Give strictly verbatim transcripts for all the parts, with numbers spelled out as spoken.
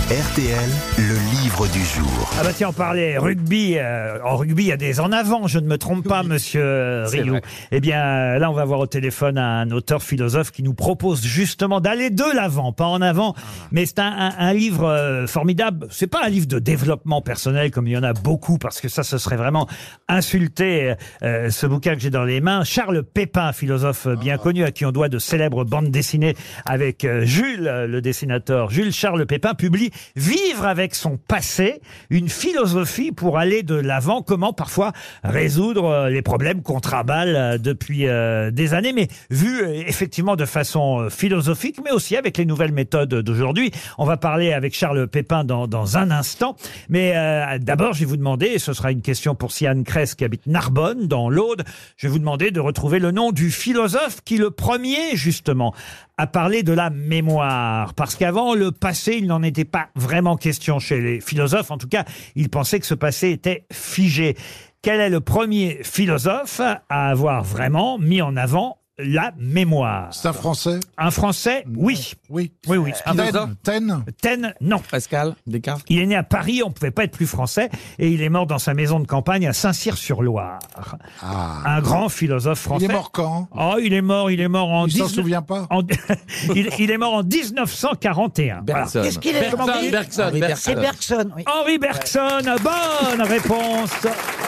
R T L, le livre du jour. Ah bah tiens, on parlait rugby. Euh, en rugby, il y a des en avant, je ne me trompe pas, oui. Monsieur Rioux. Eh bien, là, on va voir au téléphone un auteur philosophe qui nous propose justement d'aller de l'avant, pas en avant, ah. mais c'est un, un, un livre euh, formidable. C'est pas un livre de développement personnel comme il y en a beaucoup, parce que ça, ce serait vraiment insulter euh, ce bouquin que j'ai dans les mains. Charles Pépin, philosophe bien ah. connu, à qui on doit de célèbres bandes dessinées avec euh, Jules, le dessinateur. Jules Charles Pépin publie Vivre avec son passé, une philosophie pour aller de l'avant, comment parfois résoudre les problèmes qu'on travaille depuis euh, des années, mais vu euh, effectivement de façon philosophique, mais aussi avec les nouvelles méthodes d'aujourd'hui. On va parler avec Charles Pépin dans, dans un instant, mais euh, d'abord je vais vous demander, et ce sera une question pour Siane Cress qui habite Narbonne, dans l'Aude, je vais vous demander de retrouver le nom du philosophe qui, le premier justement, a parlé de la mémoire, parce qu'avant le passé, il n'en était pas vraiment question chez les philosophes. En tout cas, ils pensaient que ce passé était figé. Quel est le premier philosophe à avoir vraiment mis en avant la mémoire? C'est un Français? Un Français, oui. Oui. Oui, oui. Taine? Taine? Taine, non. Pascal? Descartes? Il est né à Paris, on ne pouvait pas être plus français, et il est mort dans sa maison de campagne à Saint-Cyr-sur-Loire. Ah. Un grand philosophe français. Il est mort quand? Oh, il est mort, il est mort en... Il dix-neuf... s'en souvient pas? En... il, il est mort en dix-neuf cent quarante et un. Bergson. Voilà. Qu'est-ce qu'il est? Bergson, Bergson, Henri Bergson. C'est Bergson, oui. Henri Bergson, bonne réponse.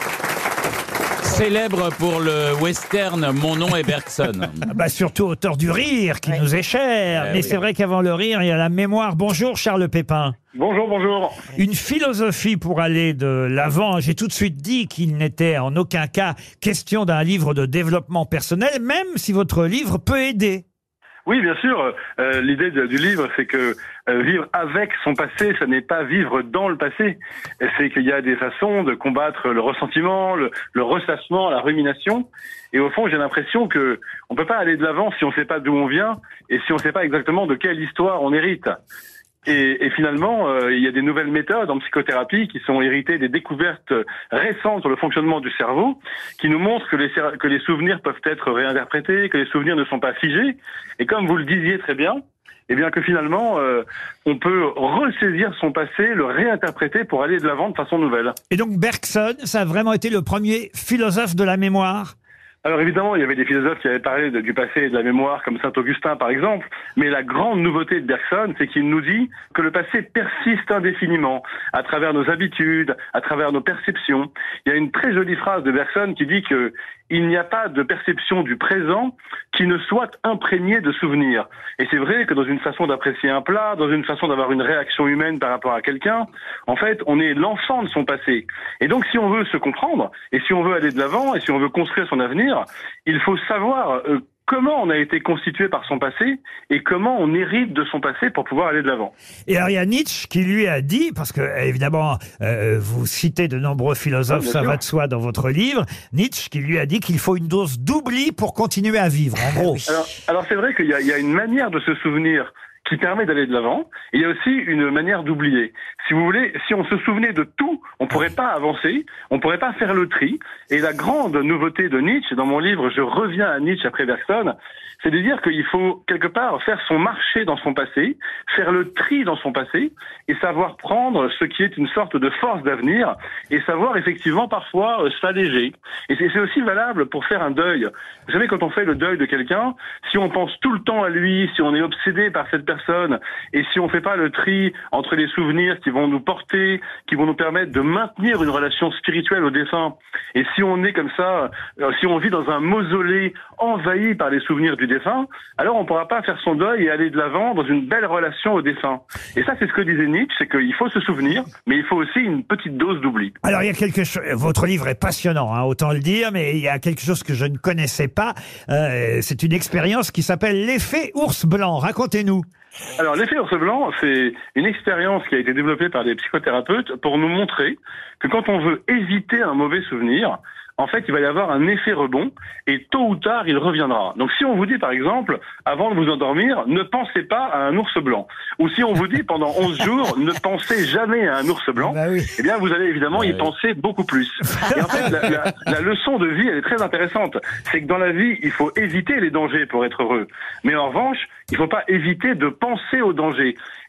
Célèbre pour le western Mon nom est Bergson. Ah bah surtout auteur du rire qui oui. nous est cher. Eh Mais oui. c'est vrai qu'avant le rire, il y a la mémoire. Bonjour Charles Pépin. Bonjour, bonjour. Une philosophie pour aller de l'avant. J'ai tout de suite dit qu'il n'était en aucun cas question d'un livre de développement personnel, même si votre livre peut aider. Oui, bien sûr. Euh, l'idée de, du livre, c'est que euh, vivre avec son passé, ce n'est pas vivre dans le passé. C'est qu'il y a des façons de combattre le ressentiment, le, le ressassement, la rumination. Et au fond, j'ai l'impression que on peut pas aller de l'avant si on ne sait pas d'où on vient et si on ne sait pas exactement de quelle histoire on hérite. Et, et finalement, euh, il y a des nouvelles méthodes en psychothérapie qui sont héritées des découvertes récentes sur le fonctionnement du cerveau, qui nous montrent que les, que les souvenirs peuvent être réinterprétés, que les souvenirs ne sont pas figés. Et comme vous le disiez très bien, eh bien que finalement, euh, on peut ressaisir son passé, le réinterpréter pour aller de l'avant de façon nouvelle. Et donc Bergson, ça a vraiment été le premier philosophe de la mémoire ? Alors évidemment, il y avait des philosophes qui avaient parlé de, du passé et de la mémoire, comme Saint-Augustin par exemple, mais la grande nouveauté de Bergson, c'est qu'il nous dit que le passé persiste indéfiniment, à travers nos habitudes, à travers nos perceptions. Il y a une très jolie phrase de Bergson qui dit que il n'y a pas de perception du présent qui ne soit imprégnée de souvenirs. Et c'est vrai que dans une façon d'apprécier un plat, dans une façon d'avoir une réaction humaine par rapport à quelqu'un, en fait, on est l'enfant de son passé. Et donc, si on veut se comprendre, et si on veut aller de l'avant, et si on veut construire son avenir, il faut savoir euh, comment on a été constitué par son passé et comment on hérite de son passé pour pouvoir aller de l'avant. Et alors il y a Nietzsche qui lui a dit, parce que évidemment euh, vous citez de nombreux philosophes, ah, ça sûr. va de soi dans votre livre, Nietzsche qui lui a dit qu'il faut une dose d'oubli pour continuer à vivre, en gros. Alors, alors c'est vrai qu'il y a, il y a une manière de se souvenir qui permet d'aller de l'avant. Il y a aussi une manière d'oublier. Si vous voulez, si on se souvenait de tout, on pourrait pas avancer, on pourrait pas faire le tri. Et la grande nouveauté de Nietzsche, dans mon livre, je reviens à Nietzsche après Bergson, c'est de dire qu'il faut quelque part faire son marché dans son passé, faire le tri dans son passé, et savoir prendre ce qui est une sorte de force d'avenir, et savoir effectivement parfois euh, s'alléger. Et c'est, c'est aussi valable pour faire un deuil. Vous savez, quand on fait le deuil de quelqu'un, si on pense tout le temps à lui, si on est obsédé par cette personne, et si on fait pas le tri entre les souvenirs qui vont nous porter, qui vont nous permettre de maintenir une relation spirituelle au défunt, et si on est comme ça, euh, si on vit dans un mausolée envahi par les souvenirs du défunt, alors on ne pourra pas faire son deuil et aller de l'avant dans une belle relation au défunt. Et ça, c'est ce que disait Nietzsche, c'est qu'il faut se souvenir, mais il faut aussi une petite dose d'oubli. Alors il y a quelque chose, votre livre est passionnant, hein, autant le dire, mais il y a quelque chose que je ne connaissais pas, euh, c'est une expérience qui s'appelle l'effet ours blanc, racontez-nous. Alors, l'effet ours blanc, c'est une expérience qui a été développée par des psychothérapeutes pour nous montrer que quand on veut éviter un mauvais souvenir, en fait, il va y avoir un effet rebond et tôt ou tard, il reviendra. Donc, si on vous dit, par exemple, avant de vous endormir, ne pensez pas à un ours blanc. Ou si on vous dit pendant onze jours, ne pensez jamais à un ours blanc, bah oui. eh bien, vous allez évidemment Ouais. y penser beaucoup plus. Et en fait, la, la, la leçon de vie, elle est très intéressante. C'est que dans la vie, il faut éviter les dangers pour être heureux. Mais en revanche, il ne faut pas éviter de penser aux dangers.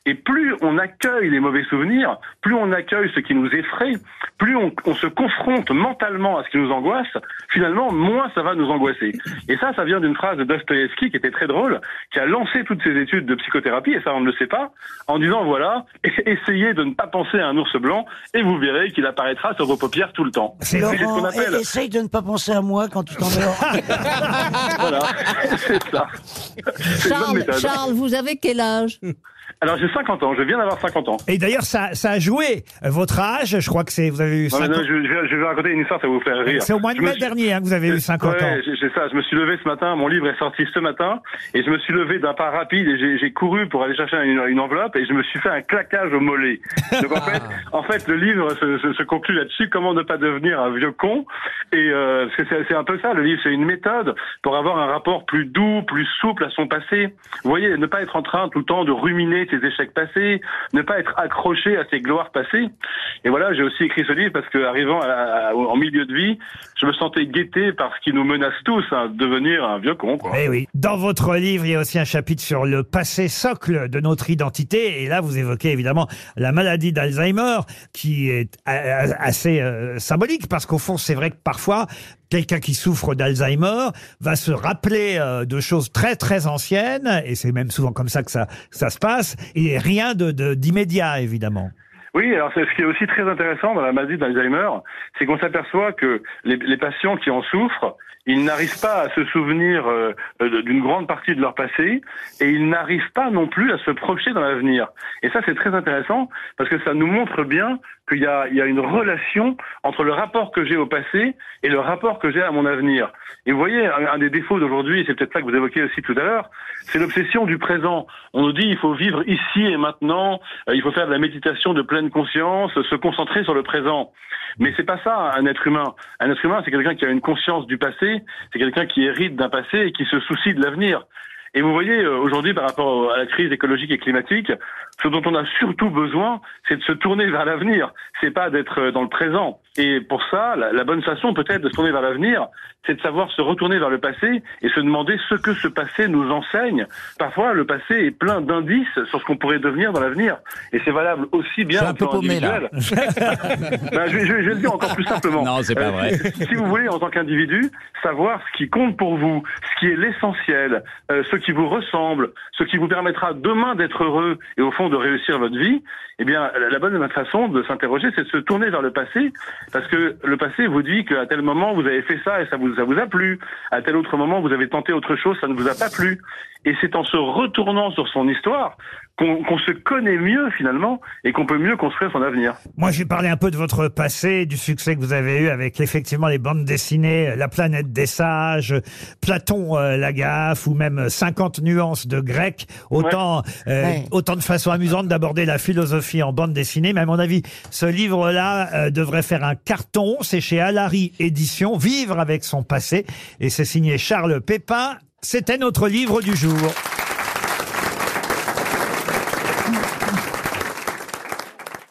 Et plus on accueille les mauvais souvenirs, plus on accueille ce qui nous effraie, plus on, on se confronte mentalement à ce qui nous angoisse, finalement, moins ça va nous angoisser. Et ça, ça vient d'une phrase de Dostoïevski qui était très drôle, qui a lancé toutes ses études de psychothérapie, et ça on ne le sait pas, en disant voilà, essayez de ne pas penser à un ours blanc, et vous verrez qu'il apparaîtra sur vos paupières tout le temps. C'est C'est ce qu'on Laurent, appelle. e- essaye de ne pas penser à moi quand tu t'en vas. Voilà, c'est ça. C'est une bonne Charles, méthode. Charles, vous avez quel âge? Alors j'ai cinquante ans, je viens d'avoir cinquante ans. Et d'ailleurs, ça, ça a joué. Votre âge, je crois que c'est, vous avez eu Non, mais cinquante non, je, je vais, je vais raconter une histoire, ça va vous faire rire. C'est au mois de Je me mai suis- dernier hein, que vous avez eu cinquante ans. Ouais, j'ai j'ai ça. Je me suis levé ce matin. Mon livre est sorti ce matin, et je me suis levé d'un pas rapide et j'ai j'ai couru pour aller chercher une, une enveloppe et je me suis fait un claquage au mollet. Donc en fait, en fait, le livre se, se, se conclut là-dessus. Comment ne pas devenir un vieux con? Et euh, parce que c'est c'est un peu ça. Le livre, c'est une méthode pour avoir un rapport plus doux, plus souple à son passé. Vous voyez, ne pas être en train tout le temps de ruminer ses échecs passés, ne pas être accroché à ses gloires passées. Et voilà, j'ai aussi écrit ce livre parce que, arrivant à la- à- en milieu de vie, je me sentais guetté par ce qui nous menace tous, hein, devenir un vieux con, quoi. Eh oui. Dans votre livre, il y a aussi un chapitre sur le passé socle de notre identité. Et là, vous évoquez évidemment la maladie d'Alzheimer, qui est a- a- assez euh, symbolique, parce qu'au fond, c'est vrai que parfois, quelqu'un qui souffre d'Alzheimer va se rappeler euh, de choses très très anciennes, et c'est même souvent comme ça que ça, ça se passe, et rien de, de- d'immédiat, évidemment. Oui, alors c'est ce qui est aussi très intéressant dans la maladie d'Alzheimer, c'est qu'on s'aperçoit que les, les patients qui en souffrent, ils n'arrivent pas à se souvenir euh, euh, d'une grande partie de leur passé, et ils n'arrivent pas non plus à se projeter dans l'avenir. Et ça, c'est très intéressant, parce que ça nous montre bien qu'il y a, il y a une relation entre le rapport que j'ai au passé et le rapport que j'ai à mon avenir. Et vous voyez, un, un des défauts d'aujourd'hui, et c'est peut-être ça que vous évoquiez aussi tout à l'heure, c'est l'obsession du présent. On nous dit il faut vivre ici et maintenant, euh, il faut faire de la méditation de pleine conscience, se concentrer sur le présent. Mais c'est pas ça, un être humain. Un être humain, c'est quelqu'un qui a une conscience du passé, c'est quelqu'un qui hérite d'un passé et qui se soucie de l'avenir. Et vous voyez, euh, aujourd'hui, par rapport à la crise écologique et climatique, ce dont on a surtout besoin, c'est de se tourner vers l'avenir. C'est pas d'être dans le présent. Et pour ça, la, la bonne façon peut-être de se tourner vers l'avenir, c'est de savoir se retourner vers le passé et se demander ce que ce passé nous enseigne. Parfois, le passé est plein d'indices sur ce qu'on pourrait devenir dans l'avenir. Et c'est valable aussi bien Je suis un au peu plan paumé, là. individuel. Ben, je, vais- je vais je vais le dire encore plus simplement. Non, c'est pas vrai. Si, si vous voulez, en tant qu'individu, savoir ce qui compte pour vous, ce qui est l'essentiel, euh, ce qui vous ressemble, ce qui vous permettra demain d'être heureux et au fond de réussir votre vie, eh bien, la, la bonne façon de s'interroger, c'est de se tourner vers le passé, parce que le passé vous dit qu'à tel moment vous avez fait ça et ça vous, ça vous a plu, à tel autre moment vous avez tenté autre chose, ça ne vous a pas plu. Et c'est en se retournant sur son histoire qu'on qu'on se connaît mieux finalement et qu'on peut mieux construire son avenir. Moi, j'ai parlé un peu de votre passé, du succès que vous avez eu avec effectivement les bandes dessinées La planète des sages, Platon euh, la gaffe, ou même cinquante nuances de grec. Autant, euh, Ouais. autant de façons amusantes d'aborder la philosophie en bande dessinée. Mais à mon avis, ce livre-là euh, devrait faire un carton. C'est chez Alary Éditions, Vivre avec son passé. Et c'est signé Charles Pépin. C'était notre livre du jour.